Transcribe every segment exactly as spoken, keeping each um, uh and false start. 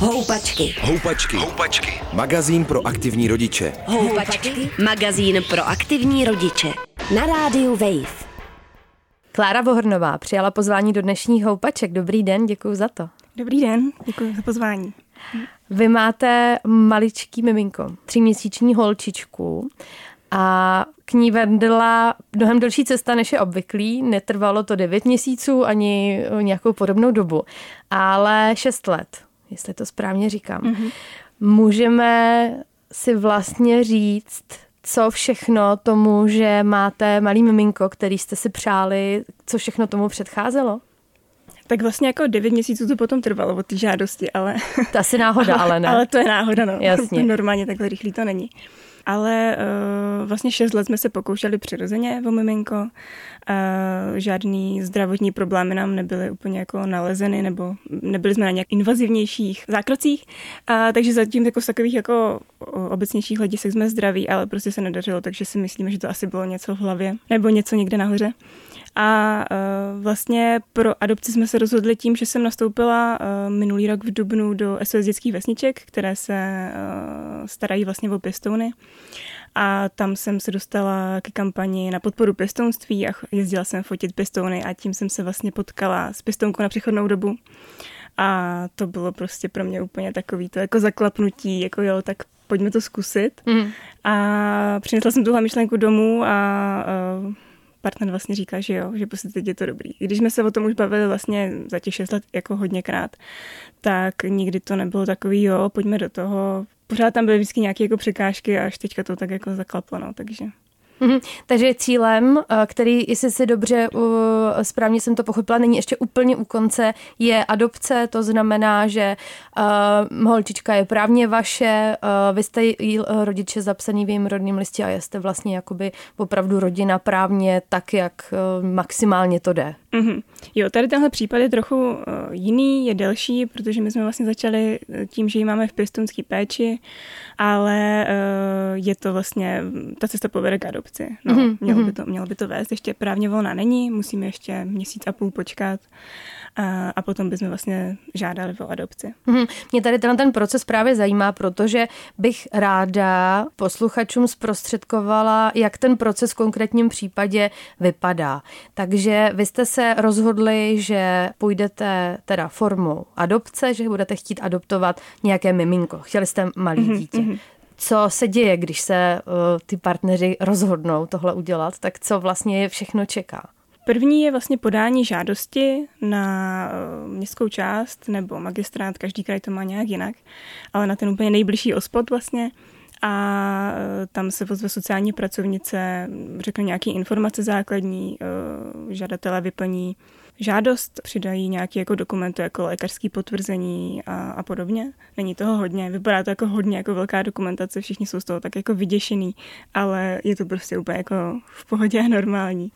Houpačky. Houpačky. Houpačky. Magazín pro aktivní rodiče. Houpačky. Magazín pro aktivní rodiče. Na rádiu Wave. Klára Vohrnová přijala pozvání do dnešních houpaček. Dobrý den, děkuji za to. Dobrý den, děkuji za pozvání. Vy máte maličký miminko, tříměsíční holčičku a k ní vedla mnohem delší cesta, než je obvyklý. Netrvalo to devět měsíců ani nějakou podobnou dobu, ale šest let, jestli to správně říkám. Mm-hmm. Můžeme si vlastně říct, co všechno tomu, že máte malý miminko, který jste si přáli, co všechno tomu předcházelo? Tak vlastně jako devět měsíců to potom trvalo od té žádosti, ale... To asi náhoda, ale, ale ne. Ale to je náhoda, no. Jasně. Normálně takhle rychlý to není. Ale uh, vlastně šest let jsme se pokoušeli přirozeně o miminko. Uh, žádný zdravotní problémy nám nebyly úplně jako nalezeny, nebo nebyli jsme na nějak invazivnějších zákrocích. Uh, takže zatím jako z takových jako obecnějších hledisek jsme zdraví, ale prostě se nedařilo, takže si myslíme, že to asi bylo něco v hlavě, nebo něco někde nahoře. A uh, vlastně pro adopci jsme se rozhodli tím, že jsem nastoupila uh, minulý rok v dubnu do S O S dětských vesniček, které se uh, starají vlastně o pěstouny. A tam jsem se dostala k kampani na podporu pěstounství a jezdila jsem fotit pěstouny a tím jsem se vlastně potkala s pěstounkou na přechodnou dobu. A to bylo prostě pro mě úplně takový to jako zaklapnutí, jako jo, tak pojďme to zkusit. Mm. A přinesla jsem tuhle myšlenku domů a uh, partner vlastně říká, že jo, že prostě teď je to dobrý. Když jsme se o tom už bavili vlastně za těch šest let jako hodněkrát, tak nikdy to nebylo takový, jo, pojďme do toho. Pořád tam byly vždycky nějaké jako překážky a až teďka to tak jako zaklaplo, no, takže... Mm-hmm. Takže cílem, který, jestli si dobře, uh, správně jsem to pochopila, není ještě úplně u konce, je adopce, to znamená, že uh, holčička je právně vaše, uh, vy jste jí rodiče zapsaný v jejím rodném listě a jste vlastně jakoby opravdu rodina právně tak, jak uh, maximálně to jde. Mm-hmm. Jo, tady tenhle případ je trochu uh, jiný, je delší, protože my jsme vlastně začali tím, že ji máme v pěstounské péči, ale uh, je to vlastně, ta cesta povede k adopci. No, mm-hmm. mělo, by to, mělo by to vést, ještě právně volná není, musíme ještě měsíc a půl počkat a, a potom bychom vlastně žádali o adopci. Mm-hmm. Mě tady ten, ten proces právě zajímá, protože bych ráda posluchačům zprostředkovala, jak ten proces v konkrétním případě vypadá. Takže vy jste se rozhodli, že půjdete teda formou adopce, že budete chtít adoptovat nějaké miminko. Chtěli jste malý mm-hmm. dítě. Mm-hmm. Co se děje, když se uh, ty partneři rozhodnou tohle udělat, tak co vlastně je všechno čeká? První je vlastně podání žádosti na uh, městskou část nebo magistrát, každý kraj to má nějak jinak, ale na ten úplně nejbližší ospod vlastně. A uh, tam se pozve sociální pracovnice, řekne nějaké informace základní, uh, žadatelé vyplní žádost, přidají nějaké jako dokumenty, jako lékařské potvrzení a, a podobně. Není toho hodně, vypadá to jako hodně, jako velká dokumentace, všichni jsou z toho tak jako vyděšený, ale je to prostě úplně jako v pohodě a normální.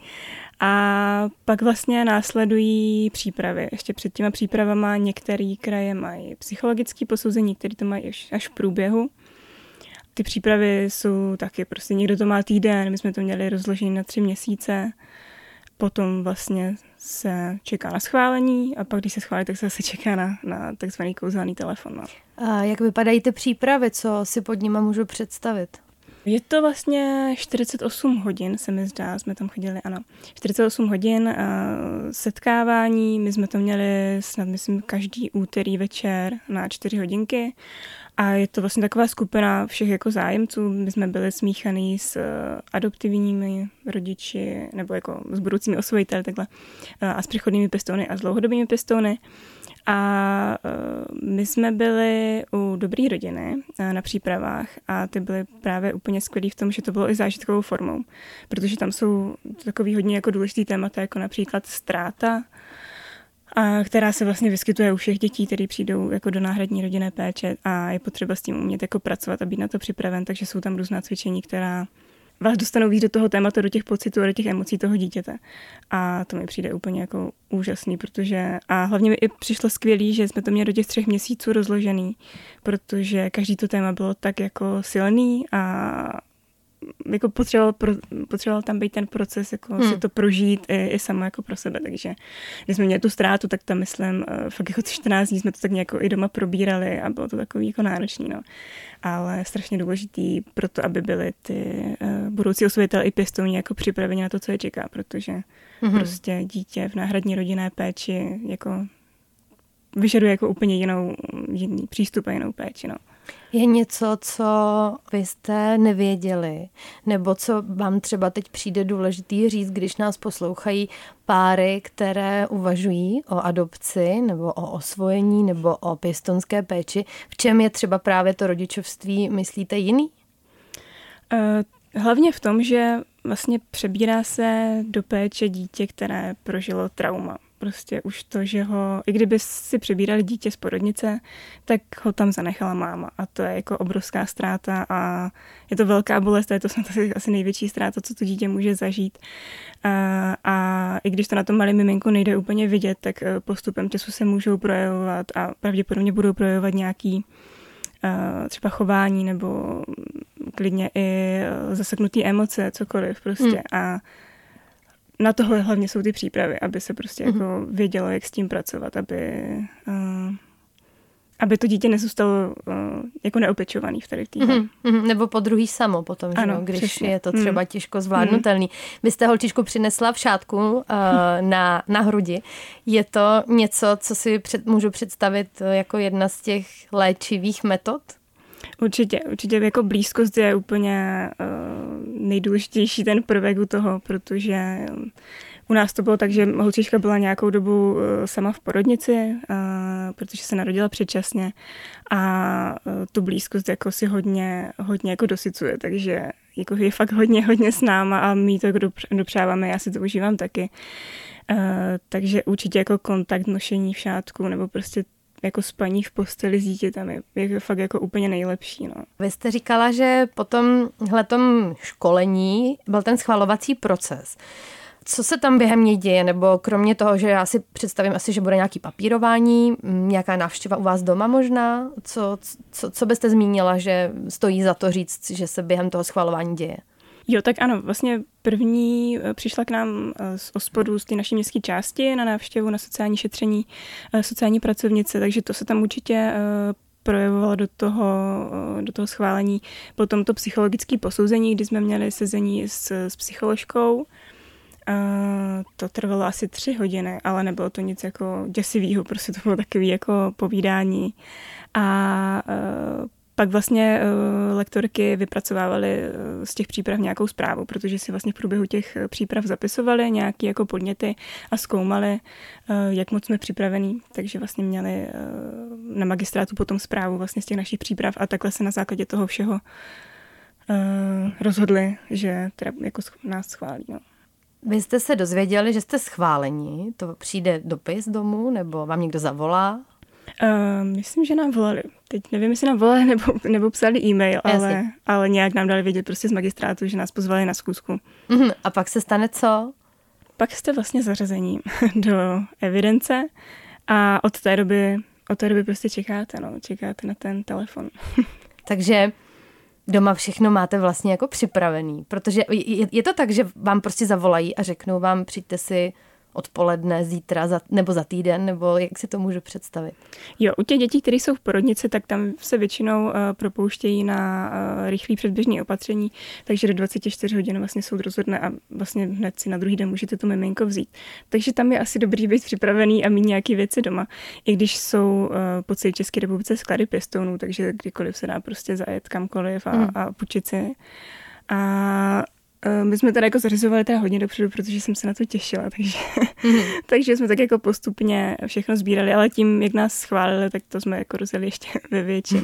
A pak vlastně následují přípravy. Ještě před těma přípravama některé kraje mají psychologické posouzení, které to mají až v průběhu. Ty přípravy jsou taky prostě, někdo to má týden, my jsme to měli rozložené na tři měsíce. Potom vlastně se čeká na schválení a pak, když se schválí, tak se zase čeká na, na takzvaný kouzelný telefon. No. A jak vypadají ty přípravy, co si pod nimi můžu představit? Je to vlastně čtyřicet osm hodin, se mi zdá, jsme tam chodili, ano. čtyřicet osm hodin uh, setkávání, my jsme to měli snad, myslím, každý úterý večer na čtyři hodinky. A je to vlastně taková skupina všech jako zájemců. My jsme byli smíchaný s uh, adoptivními rodiči nebo jako s budoucími osvojiteli takhle, uh, a s přechodnými pěstouny a s dlouhodobými pěstouny. A uh, my jsme byli u Dobrý rodiny uh, na přípravách a ty byly právě úplně skvělý v tom, že to bylo i zážitkovou formou, protože tam jsou takový hodně jako důležitý témata, jako například ztráta, a která se vlastně vyskytuje u všech dětí, které přijdou jako do náhradní rodinné péče a je potřeba s tím umět jako pracovat a být na to připraven, takže jsou tam různá cvičení, která vás dostanou víc do toho tématu, do těch pocitů a do těch emocí toho dítěte. A to mi přijde úplně jako úžasný, protože a hlavně mi i přišlo skvělý, že jsme to měli do těch třech měsíců rozložený, protože každý to téma bylo tak jako silný a jako potřeboval, pro, potřeboval tam být ten proces, jako hmm. si to prožít i, i samo jako pro sebe, takže když jsme měli tu ztrátu, tak tam myslím, fakt jako čtrnáct dní jsme to tak nějak i doma probírali a bylo to takový jako náročný, no. Ale strašně důležitý pro to, aby byly ty uh, budoucí osvojitelé i pěstouni jako připraveni na to, co je čeká, protože hmm. prostě dítě v náhradní rodinné péči jako vyžaduje jako úplně jinou, jiný přístup a jinou péči, no. Je něco, co vy jste nevěděli, nebo co vám třeba teď přijde důležitý říct, když nás poslouchají páry, které uvažují o adopci nebo o osvojení nebo o pěstounské péči. V čem je třeba právě to rodičovství, myslíte, jiný? Uh, hlavně v tom, že vlastně přebírá se do péče dítě, které prožilo trauma. Prostě už to, že ho, i kdyby si přebírali dítě z porodnice, tak ho tam zanechala máma a to je jako obrovská ztráta a je to velká bolest a je to snad asi největší ztráta, co to dítě může zažít. A, a i když to na tom malém miminku nejde úplně vidět, tak postupem času se můžou projevovat a pravděpodobně budou projevovat nějaký třeba chování nebo klidně i zaseknutý emoce, cokoliv prostě. Hmm. A na tohle hlavně jsou ty přípravy, aby se prostě jako vědělo, jak s tím pracovat, aby, uh, aby to dítě nezůstalo uh, jako neopečovaný v tady té. Mm-hmm. Nebo po druhý samo potom, ano, že? Když přesně. Je to třeba mm. těžko zvládnutelný. Mm. Vy jste holčičku přinesla v šátku uh, na, na hrudi. Je to něco, co si před, můžu představit jako jedna z těch léčivých metod? Určitě, určitě jako blízkost je úplně uh, nejdůležitější ten prvek u toho, protože u nás to bylo tak, že holčička byla nějakou dobu uh, sama v porodnici, uh, protože se narodila předčasně a uh, tu blízkost jako si hodně, hodně jako dosycuje, takže jako je fakt hodně, hodně s náma a my to jako dopřáváme, já si to užívám taky. Uh, takže určitě jako kontakt, nošení v šátku nebo prostě jako spaní v posteli s dítětem je, je fakt jako úplně nejlepší. No. Vy jste říkala, že po tomhletom školení byl ten schvalovací proces. Co se tam během něj děje? Nebo kromě toho, že já si představím asi, že bude nějaký papírování, nějaká návštěva u vás doma možná? Co, co, co byste zmínila, že stojí za to říct, že se během toho schvalování děje? Jo, tak ano, vlastně první přišla k nám z ospodu z té naší městské části na návštěvu na sociální šetření sociální pracovnice, takže to se tam určitě projevovalo do toho, do toho schválení. Potom to psychologické posouzení, kdy jsme měli sezení s, s psycholožkou. To trvalo asi tři hodiny, ale nebylo to nic jako děsivého, prostě to bylo takové jako povídání. A pak vlastně uh, lektorky vypracovávaly uh, z těch příprav nějakou zprávu, protože si vlastně v průběhu těch příprav zapisovali nějaké jako podněty a zkoumali, uh, jak moc jsme připravení. Takže vlastně měli uh, na magistrátu potom zprávu vlastně z těch našich příprav a takhle se na základě toho všeho uh, rozhodli, že teda jako nás schválí. No. Vy jste se dozvěděli, že jste schváleni, to přijde dopis domů nebo vám někdo zavolá? Uh, myslím, že nám volali. Teď nevím, jestli nám volali nebo, nebo psali e-mail, ale, ale nějak nám dali vědět prostě z magistrátu, že nás pozvali na schůzku. Uh-huh. A pak se stane co? Pak jste vlastně zařazení do evidence a od té doby, od té doby prostě čekáte, no, čekáte na ten telefon. Takže doma všechno máte vlastně jako připravený, protože je, je to tak, že vám prostě zavolají a řeknou vám, přijďte si odpoledne, zítra za, nebo za týden, nebo jak si to můžu představit? Jo, u těch dětí, které jsou v porodnici, tak tam se většinou uh, propouštějí na uh, rychlý předběžné opatření, takže do dvacet čtyři hodin vlastně soud rozhodne a vlastně hned si na druhý den můžete to miminko vzít. Takže tam je asi dobrý být připravený a mít nějaké věci doma, i když jsou uh, po celé České republice sklady pěstounů, takže kdykoliv se dá prostě zajet kamkoliv a, mm. a půjčit si. A my jsme teda jako zařizovali teda hodně dopředu, protože jsem se na to těšila, takže, mm. takže jsme tak jako postupně všechno sbírali, ale tím, jak nás schválili, tak to jsme jako rozjeli ještě ve většině.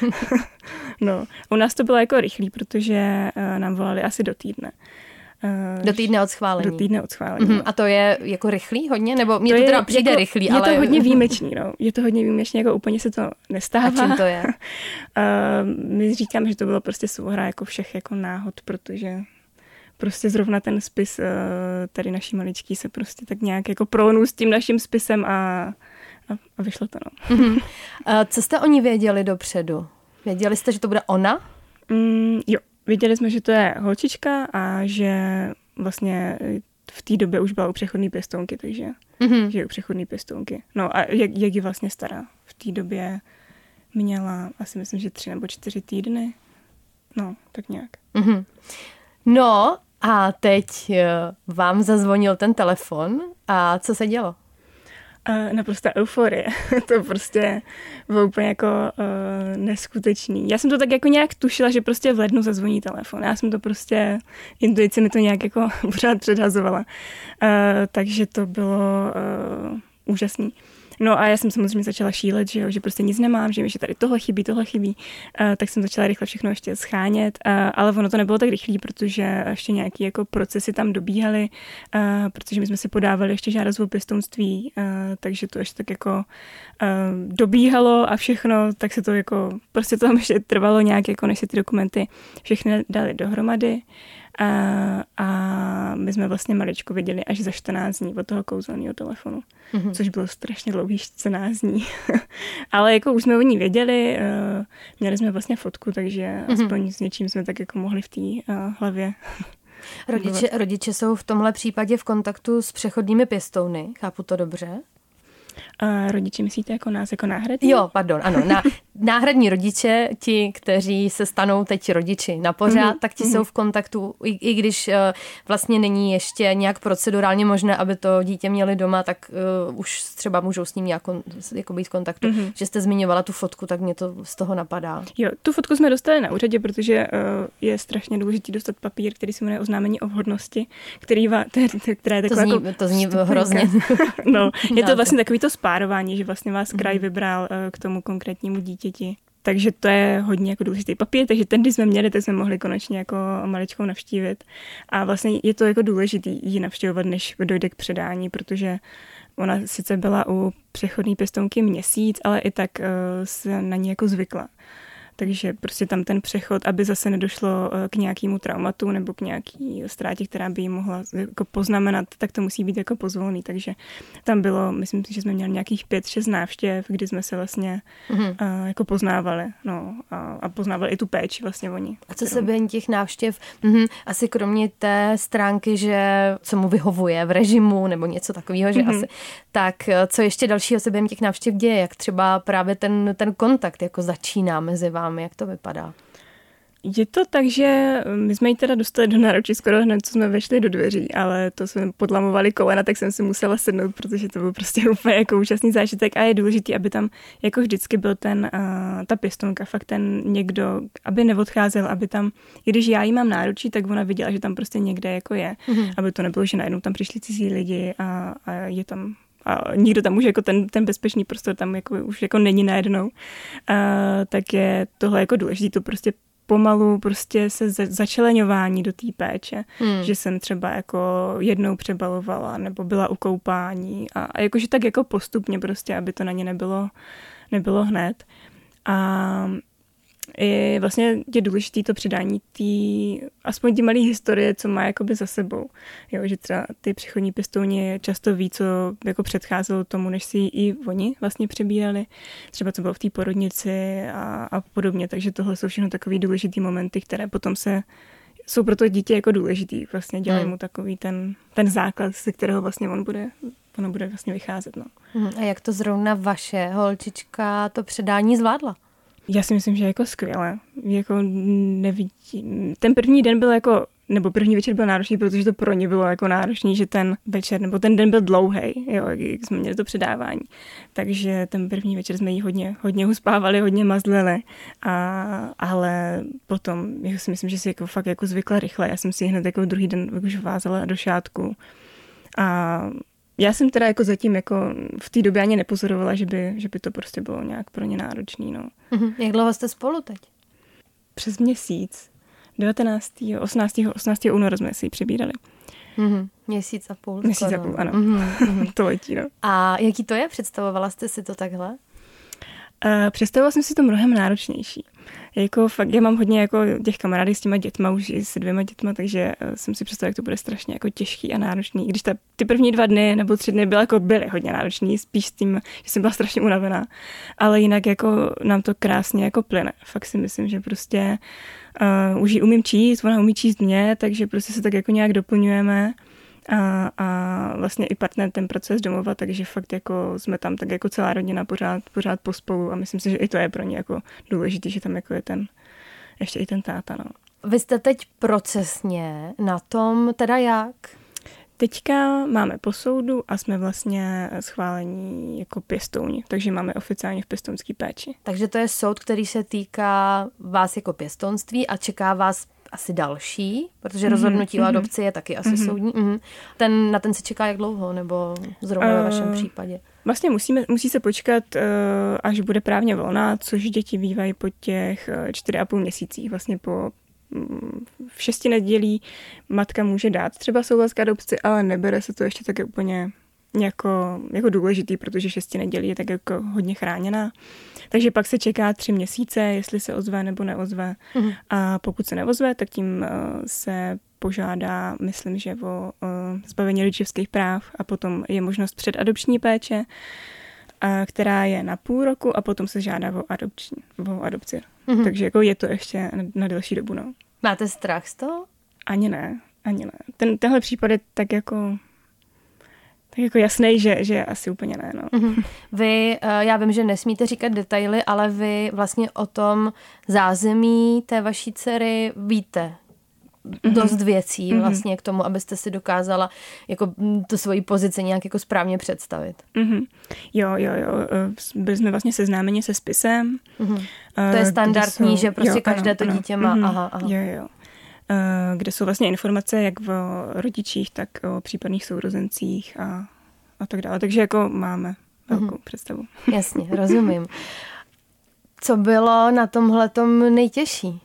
No, u nás to bylo jako rychlý, protože nám volali asi do týdne. Do týdne od schválení. Do týdne od schválení. Mm-hmm. A to je jako rychlý hodně? Nebo mě to, to teda přijde jako, rychlý, je ale... Je to hodně výjimečný, no. Je to hodně výjimečný, jako úplně se to nestává. A čím to je? uh, my říkáme, že to bylo prostě souhra jako všech jako náhod, protože prostě zrovna ten spis tady naší maličký se prostě tak nějak jako prolnul s tím naším spisem a, a, a vyšlo to, no. Mm-hmm. Co jste o ní věděli dopředu? Věděli jste, že to bude ona? Mm, jo, Věděli jsme, že to je holčička a že vlastně v té době už byla u přechodné pěstounky, takže mm-hmm. že je u přechodné pěstounky. No a jak, jak je vlastně stará? V té době měla asi myslím, že tři nebo čtyři týdny. No, tak nějak. Mm-hmm. No a teď vám zazvonil ten telefon a co se dělo? Uh, naprosto euforie. To prostě bylo úplně jako uh, neskutečný. Já jsem to tak jako nějak tušila, že prostě v lednu zazvoní telefon. Já jsem to prostě, intuice mi to nějak jako pořád předhazovala. Uh, takže to bylo uh, úžasný. No a já jsem samozřejmě začala šílet, že, jo, že prostě nic nemám, že mi ještě tady tohle chybí, tohle chybí, uh, tak jsem začala rychle všechno ještě schánět, uh, ale ono to nebylo tak rychlý, protože ještě nějaký jako procesy tam dobíhaly, uh, protože my jsme si podávali ještě žádost o pěstounství, uh, takže to ještě tak jako uh, dobíhalo a všechno, tak se to jako, prostě to tam ještě trvalo nějak, jako než se ty dokumenty všechny dali dohromady. A, a my jsme vlastně maličko viděli až za čtrnáct dní od toho kouzelného telefonu, mm-hmm. což bylo strašně dlouhých čtrnáct dní. Ale jako už jsme o ní věděli, uh, měli jsme vlastně fotku, takže mm-hmm. aspoň s něčím jsme tak jako mohli v té uh, hlavě. Rodiče, rodiče jsou v tomhle případě v kontaktu s přechodnými pěstouny, chápu to dobře? Uh, rodiče myslíte jako nás, jako náhradní? Jo, pardon, ano. Na, náhradní rodiče, ti, kteří se stanou teď rodiči na pořád, mm-hmm. tak ti mm-hmm. jsou v kontaktu, i, i když uh, vlastně není ještě nějak procedurálně možné, aby to dítě měli doma, tak uh, už třeba můžou s ním nějak jako být v kontaktu. Mm-hmm. Že jste zmiňovala tu fotku, tak mě to z toho napadá. Jo, tu fotku jsme dostali na úřadě, protože uh, je strašně důležitý dostat papír, který se jmenuje oznámení o vhodnosti, který va, která je taková to zní, jako to zní hrozně. No, je to vlastně takový to spárování, že vlastně vás kraj vybral uh, k tomu konkrétnímu dítěti. Takže to je hodně jako důležitý papír, takže ten, když jsme měli, tak jsme mohli konečně jako maličkou navštívit. A vlastně je to jako důležitý ji navštěvovat, než dojde k předání, protože ona sice byla u přechodné pěstounky měsíc, ale i tak uh, se na ní jako zvykla. Takže prostě tam ten přechod, aby zase nedošlo k nějakému traumatu nebo k nějaký ztrátě, která by ji mohla jako poznamenat, tak to musí být jako pozvolný. Takže tam bylo, myslím si, že jsme měli nějakých pět, šest návštěv, kdy jsme se vlastně mm-hmm. uh, jako poznávali. No, a, a poznávali i tu péči vlastně oni. A co se během těch návštěv, mm-hmm, asi kromě té stránky, že co mu vyhovuje v režimu nebo něco takového, že mm-hmm. asi, tak co ještě dalšího se během těch návštěv děje, jak třeba právě ten, ten kontakt jako začíná mezi vámi. Jak to vypadá? Je to tak, že my jsme ji teda dostali do náručí skoro hned, co jsme vešli do dveří, ale to jsme podlamovali kolena, tak jsem si musela sednout, protože to byl prostě úplně jako úžasný zážitek a je důležitý, aby tam jako vždycky byl ten, uh, ta pěstounka, fakt ten někdo, aby neodcházel, aby tam, i když já jí mám náručí, tak ona viděla, že tam prostě někde jako je, mm-hmm. aby to nebylo, že najednou tam přišli cizí lidi a, a je tam a nikdo tam už jako ten, ten bezpečný prostor tam jako už jako není najednou, uh, tak je tohle jako důležité, to prostě pomalu prostě se za, začeleňování do té péče, hmm. že jsem třeba jako jednou přebalovala nebo byla u koupání a, a jakože tak jako postupně prostě, aby to na ně nebylo, nebylo hned. A je vlastně je důležité to předání tý, aspoň ty malé historie, co má jakoby za sebou. Jo, že třeba ty přechodní pěstouni často ví, co jako předcházelo tomu, než si i oni vlastně přebírali. Třeba co bylo v té porodnici a, a podobně. Takže tohle jsou všechno takový důležitý momenty, které potom se jsou pro to dítě jako důležitý. Vlastně dělají hmm. mu takový ten, ten základ, ze kterého vlastně on bude, ono bude vlastně vycházet. No. Hmm. A jak to zrovna vaše holčička to předání zvládla? Já si myslím, že jako skvěle. Jako nevidím. Ten první den byl jako, nebo první večer byl náročný, protože to pro ně bylo jako náročný, že ten večer, nebo ten den byl dlouhej, jo, jak jsme měli to předávání. Takže ten první večer jsme jí hodně, hodně uspávali, hodně mazlili. A, ale potom, jako si myslím, že si jako fakt jako zvykla rychle. Já jsem si hned jako druhý den už vázala do šátku. A já jsem teda jako zatím jako v té době ani nepozorovala, že by, že by to prostě bylo nějak pro ně náročný. No. Mm-hmm. Jak dlouho jste spolu teď? Přes měsíc. devatenáctého, osmnáctého, osmnáctého února jsme si ji přebírali. Mm-hmm. Měsíc a půl. Měsíc skoro. a půl, ano. Mm-hmm. To letí, no. A jaký to je? Představovala jste si to takhle? Uh, představovala jsem si to mnohem náročnější. Jako fakt, já mám hodně jako těch kamarádů s těma dětma, už i s dvěma dětma, takže uh, jsem si představila, jak to bude strašně jako těžký a náročný. Když ta, ty první dva dny nebo tři dny byly, jako byly hodně náročný, spíš s tím, že jsem byla strašně unavená. Ale jinak jako nám to krásně jako plyne. Fakt si myslím, že prostě uh, už ji umím číst, ona umí číst mě, takže prostě se tak jako nějak doplňujeme. A, a vlastně i partner ten proces domova, takže fakt jako jsme tam tak jako celá rodina pořád, pořád pospolu a myslím si, že i to je pro ně jako důležitý, že tam jako je ten, ještě i ten táta, no. Vy jste teď procesně na tom teda jak? Teďka máme po soudu a jsme vlastně schválení jako pěstouni, takže máme oficiálně v pěstounský péči. Takže to je soud, který se týká vás jako pěstounství a čeká vás asi další, protože rozhodnutí mm-hmm. o adopci je taky asi mm-hmm. soudní. Mm-hmm. Ten, na ten se čeká jak dlouho, nebo zrovna uh, ve vašem případě? Vlastně musíme, musí se počkat, uh, až bude právně volná, což děti bývají po těch uh, čtyři a půl měsících. Vlastně po um, v šesti nedělí matka může dát třeba souhlas k adopci, ale nebere se to ještě tak úplně jako, jako důležitý, protože šesti nedělí je tak jako hodně chráněná. Takže pak se čeká tři měsíce, jestli se ozve nebo neozve. Mm-hmm. A pokud se neozve, tak tím uh, se požádá, myslím, že o uh, zbavení rodičovských práv a potom je možnost předadopční péče, uh, která je na půl roku a potom se žádá o, adopční, o adopci. Mm-hmm. Takže jako je to ještě na, na delší dobu. No. Máte strach z toho? Ani ne, ani ne. Ten, tenhle případ je tak jako... Tak jako jasnej, že, že asi úplně ne. No. Mm-hmm. Vy, já vím, že nesmíte říkat detaily, ale vy vlastně o tom zázemí té vaší dcery víte mm-hmm. dost věcí mm-hmm. vlastně k tomu, abyste si dokázala jako tu svoji pozici nějak jako správně představit. Mm-hmm. Jo, jo, jo. Byli jsme vlastně seznámeni se spisem. Mm-hmm. To je standardní, jsou... že prostě jo, každé ano, to ano. dítě má. Mm-hmm. Aha, aha. Jo, jo. Kde jsou vlastně informace jak o rodičích, tak o případných sourozencích a, a tak dále. Takže jako máme velkou mm-hmm. představu. Jasně, rozumím. Co bylo na tomhletom nejtěžší?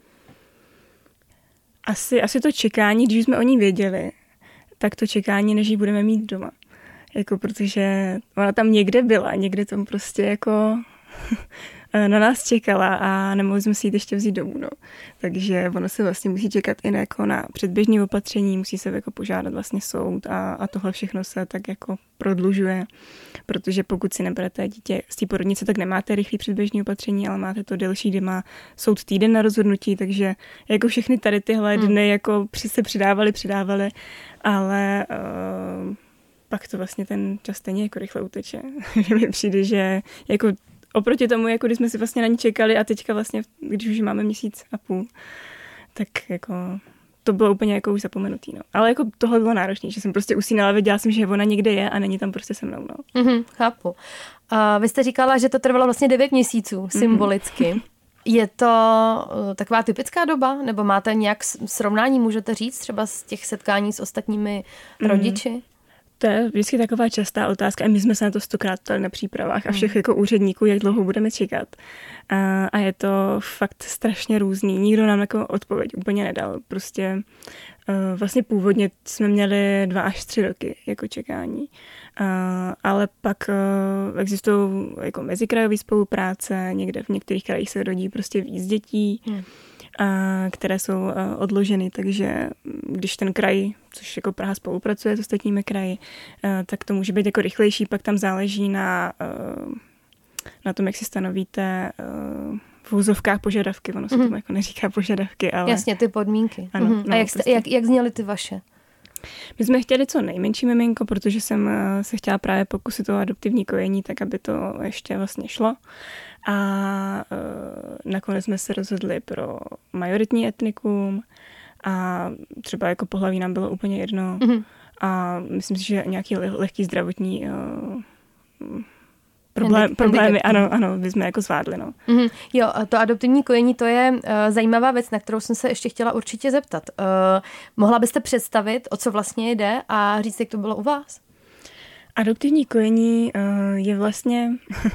Asi, asi to čekání, když jsme o ní věděli, tak to čekání, než ji budeme mít doma. Jako protože ona tam někde byla, někde tam prostě jako... na nás čekala a nemohli jsme si jít ještě vzít domů. No. Takže ono se vlastně musí čekat i jako na předběžné opatření, musí se jako požádat vlastně soud a, a tohle všechno se tak jako prodlužuje, protože pokud si neberete dítě z té porodnice, tak nemáte rychlý předběžné opatření, ale máte to delší, kde má soud týden na rozhodnutí, takže jako všechny tady tyhle hmm. dny jako se přidávali, přidávali, ale uh, pak to vlastně ten čas stejně jako rychle uteče. Že mi přijde, že jako oproti tomu, jako když jsme si vlastně na ní čekali a teďka vlastně, když už máme měsíc a půl, tak jako to bylo úplně jako už zapomenutý, no. Ale jako tohle bylo náročné, že jsem prostě usínala, věděla jsem, že ona někde je a není tam prostě se mnou, no. Mm-hmm, chápu. Uh, vy jste říkala, že to trvalo vlastně devět měsíců, symbolicky. Mm-hmm. Je to uh, taková typická doba? Nebo máte nějak srovnání, můžete říct, třeba z těch setkání s ostatními mm-hmm. rodiči? To je vždycky taková častá otázka. A my jsme se na to stokrát ptali na přípravách a všech jako úředníků, jak dlouho budeme čekat. A, a je to fakt strašně různý. Nikdo nám jako odpověď úplně nedal. Prostě uh, vlastně původně jsme měli dva až tři roky jako čekání. Uh, ale pak uh, existují jako mezikrajové spolupráce, někde v některých krajích se rodí prostě víc dětí. Hmm. které jsou odloženy, takže když ten kraj, což jako Praha spolupracuje s ostatními kraji, tak to může být jako rychlejší, pak tam záleží na, na tom, jak si stanovíte v úzovkách požadavky, ono se mm-hmm. tomu jako neříká požadavky, ale... Jasně, ty podmínky. Ano, mm-hmm. no, a jak, prostě... jak, jak zněly ty vaše? My jsme chtěli co nejmenší miminko, protože jsem se chtěla právě pokusit o adoptivní kojení, tak aby to ještě vlastně šlo. A uh, nakonec jsme se rozhodli pro majoritní etnikum a třeba jako pohlaví nám bylo úplně jedno. Mm-hmm. A myslím si, že nějaký lehký zdravotní uh, problém, problémy, ano, ano, by jsme jako zvládli. No. Mm-hmm. Jo, to adoptivní kojení, to je uh, zajímavá věc, na kterou jsem se ještě chtěla určitě zeptat. Uh, mohla byste představit, o co vlastně jde a říct, jak to bylo u vás? Adoptivní kojení uh, je vlastně...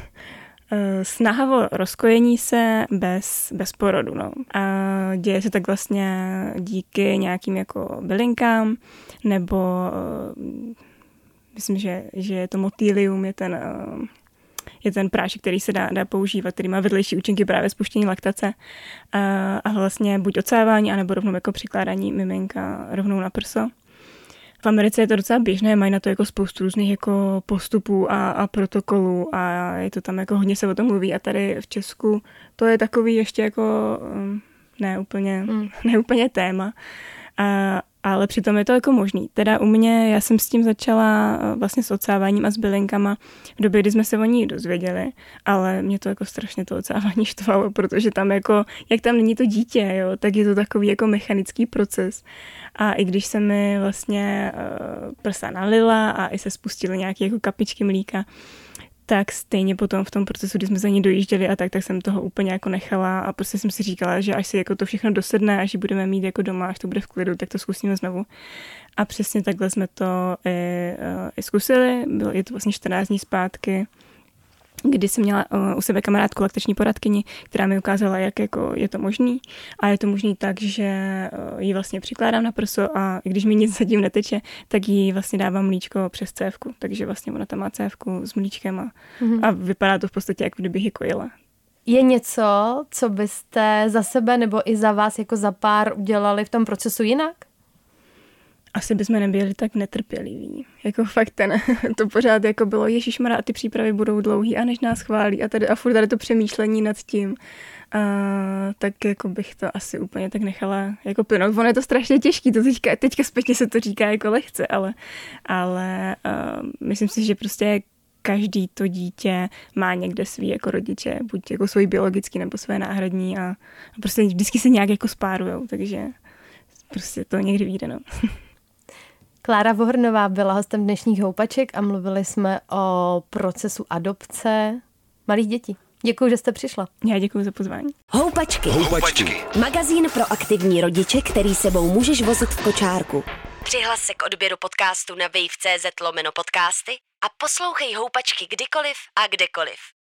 snaha o rozkojení se bez, bez porodu. No. A děje se tak vlastně díky nějakým jako bylinkám, nebo uh, myslím, že, že je to motýlium, je ten, uh, je ten prášek, který se dá, dá používat, který má vedlejší účinky právě spuštění laktace a, a vlastně buď odsávání, anebo rovnou jako přikládání miminka rovnou na prso. V Americe je to docela běžné, mají na to jako spoustu různých jako postupů a, a protokolů a je to tam jako hodně se o tom mluví a tady v Česku to je takový ještě jako ne úplně, mm. ne úplně téma. A, ale přitom je to jako možný. Teda u mě, já jsem s tím začala vlastně s odsáváním a s bylinkama v době, kdy jsme se o ní dozvěděli, ale mě to jako strašně to odsávání štvalo, protože tam jako, jak tam není to dítě, jo, tak je to takový jako mechanický proces. A i když se mi vlastně uh, prsa nalila a i se spustily nějaké jako kapičky mlíka, tak stejně potom v tom procesu, kdy jsme za ní dojížděli a tak, tak jsem toho úplně jako nechala a prostě jsem si říkala, že až si jako to všechno dosedne, až ji budeme mít jako doma, až to bude v klidu, tak to zkusíme znovu. A přesně takhle jsme to i, i zkusili, bylo je to vlastně čtrnáct dní zpátky, kdy jsem měla u sebe kamarádku laktační poradkyni, která mi ukázala, jak jako je to možný. A je to možný tak, že ji vlastně přikládám na prso a když mi nic zatím neteče, tak jí vlastně dávám mlíčko přes cévku. Takže vlastně ona tam má cévku s mlíčkem a, mm-hmm. a vypadá to v podstatě, jako kdybych ji kojila. Je něco, co byste za sebe nebo i za vás jako za pár udělali v tom procesu jinak? Asi bychom nebyli tak netrpěliví. Jako fakt ten, to pořád jako bylo, ježišmarja, a ty přípravy budou dlouhý a než nás chválí a tady a furt tady to přemýšlení nad tím. A, tak jako bych to asi úplně tak nechala jako plynout. Ono je to strašně těžký, to teďka, teďka zpětně se to říká jako lehce, ale, ale uh, myslím si, že prostě každý to dítě má někde svý jako rodiče, buď jako svůj biologický nebo své náhradní a, a prostě vždycky se nějak jako spárujou, takže prostě to někdy vyjde, no. Klára Vohrnová byla hostem dnešních Houpaček a mluvili jsme o procesu adopce malých dětí. Děkuji, že jste přišla. Já děkuji za pozvání. Houpačky. Houpačky. Magazín pro aktivní rodiče, který sebou můžeš vozit v kočárku. Přihlas se k odběru podcastu na wave tečka cz lomeno podcasty a poslouchej Houpačky kdykoliv a kdekoliv.